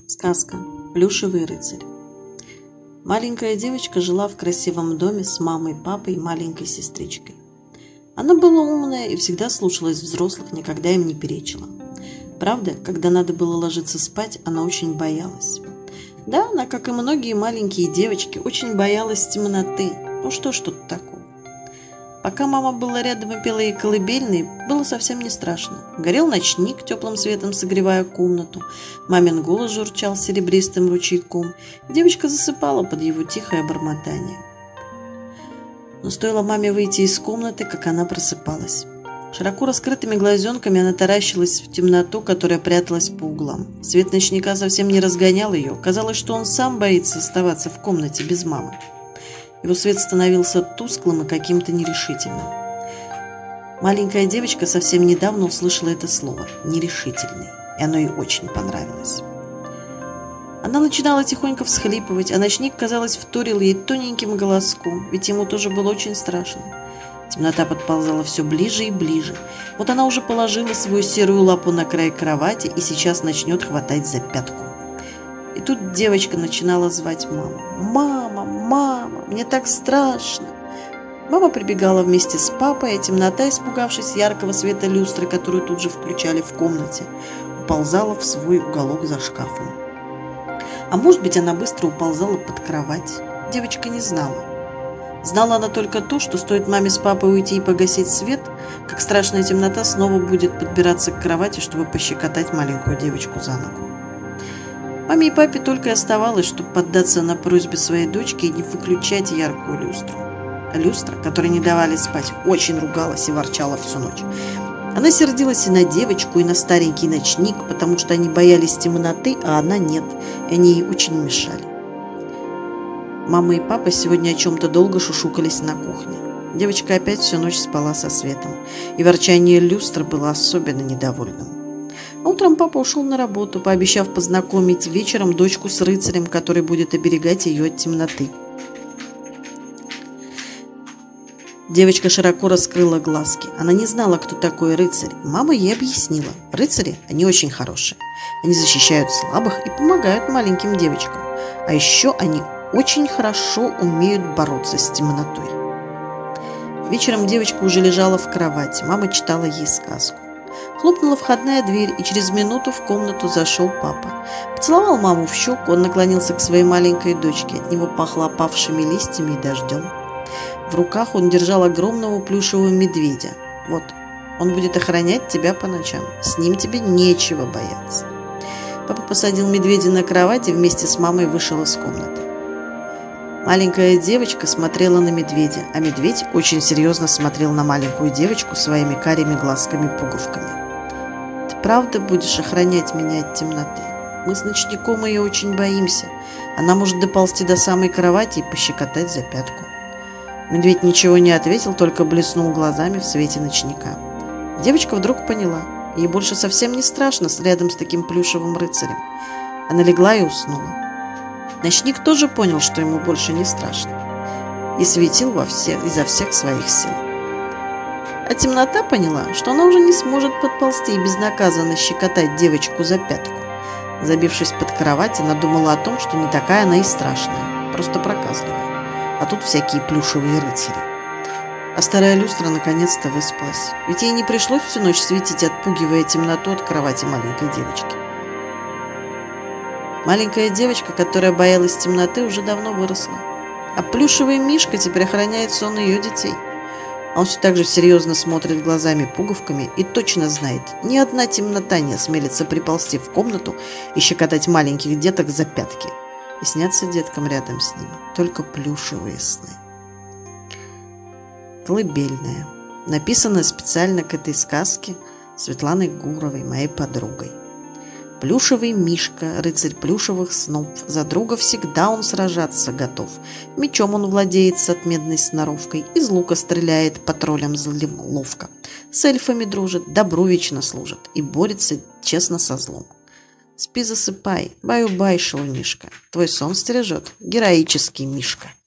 Сказка «Плюшевый рыцарь». Маленькая девочка жила в красивом доме с мамой, папой и маленькой сестричкой. Она была умная и всегда слушалась взрослых, никогда им не перечила. Правда, когда надо было ложиться спать, она очень боялась. Да, она, как и многие маленькие девочки, очень боялась темноты. Ну что ж тут такого? Пока мама была рядом и пела ей колыбельные, было совсем не страшно. Горел ночник, теплым светом согревая комнату. Мамин голос журчал серебристым ручейком. Девочка засыпала под его тихое бормотание. Но стоило маме выйти из комнаты, как она просыпалась. Широко раскрытыми глазенками она таращилась в темноту, которая пряталась по углам. Свет ночника совсем не разгонял ее. Казалось, что он сам боится оставаться в комнате без мамы. Его свет становился тусклым и каким-то нерешительным. Маленькая девочка совсем недавно услышала это слово «нерешительный», и оно ей очень понравилось. Она начинала тихонько всхлипывать, а ночник, казалось, вторил ей тоненьким голоском, ведь ему тоже было очень страшно. Темнота подползала все ближе и ближе. Вот она уже положила свою серую лапу на край кровати и сейчас начнет хватать за пятку. И тут девочка начинала звать маму. «Мама, мама, мне так страшно!» Мама прибегала вместе с папой, а темнота, испугавшись яркого света люстры, которую тут же включали в комнате, уползала в свой уголок за шкафом. А может быть, она быстро уползала под кровать. Девочка не знала. Знала она только то, что стоит маме с папой уйти и погасить свет, как страшная темнота снова будет подбираться к кровати, чтобы пощекотать маленькую девочку за ногу. Маме и папе только и оставалось, чтобы поддаться на просьбе своей дочки и не выключать яркую люстру. А люстра, которой не давали спать, очень ругалась и ворчала всю ночь. Она сердилась и на девочку, и на старенький ночник, потому что они боялись темноты, а она нет, и они ей очень мешали. Мама и папа сегодня о чем-то долго шушукались на кухне. Девочка опять всю ночь спала со светом, и ворчание люстры было особенно недовольным. А утром папа ушел на работу, пообещав познакомить вечером дочку с рыцарем, который будет оберегать ее от темноты. Девочка широко раскрыла глазки. Она не знала, кто такой рыцарь. Мама ей объяснила. Рыцари, они очень хорошие. Они защищают слабых и помогают маленьким девочкам. А еще они очень хорошо умеют бороться с темнотой. Вечером девочка уже лежала в кровати. Мама читала ей сказку. Хлопнула входная дверь, и через минуту в комнату зашел папа. Поцеловал маму в щеку, он наклонился к своей маленькой дочке. От него пахло опавшими листьями и дождем. В руках он держал огромного плюшевого медведя. Вот, он будет охранять тебя по ночам. С ним тебе нечего бояться. Папа посадил медведя на кровать и вместе с мамой вышел из комнаты. Маленькая девочка смотрела на медведя, а медведь очень серьезно смотрел на маленькую девочку своими карими глазками-пуговками. «Ты правда будешь охранять меня от темноты? Мы с ночником ее очень боимся. Она может доползти до самой кровати и пощекотать за пятку». Медведь ничего не ответил, только блеснул глазами в свете ночника. Девочка вдруг поняла, ей больше совсем не страшно рядом с таким плюшевым рыцарем. Она легла и уснула. Ночник тоже понял, что ему больше не страшно, и светил изо всех своих сил. А темнота поняла, что она уже не сможет подползти и безнаказанно щекотать девочку за пятку. Забившись под кровать, она думала о том, что не такая она и страшная, просто проказливая. А тут всякие плюшевые рыцари. А старая люстра наконец-то выспалась, ведь ей не пришлось всю ночь светить, отпугивая темноту от кровати маленькой девочки. Маленькая девочка, которая боялась темноты, уже давно выросла. А плюшевый мишка теперь охраняет сон ее детей. Он все так же серьезно смотрит глазами-пуговками и точно знает, ни одна темнота не осмелится приползти в комнату и щекотать маленьких деток за пятки. И снятся деткам рядом с ними только плюшевые сны. Колыбельная. Написанная специально к этой сказке Светланой Гуровой, моей подругой. Плюшевый мишка, рыцарь плюшевых снов, за друга всегда он сражаться готов. Мечом он владеет с отменной сноровкой, из лука стреляет, по троллям злым ловко. С эльфами дружит, добру вечно служит и борется честно со злом. Спи, засыпай, баю-бай, шел мишка, твой сон стережет героический мишка.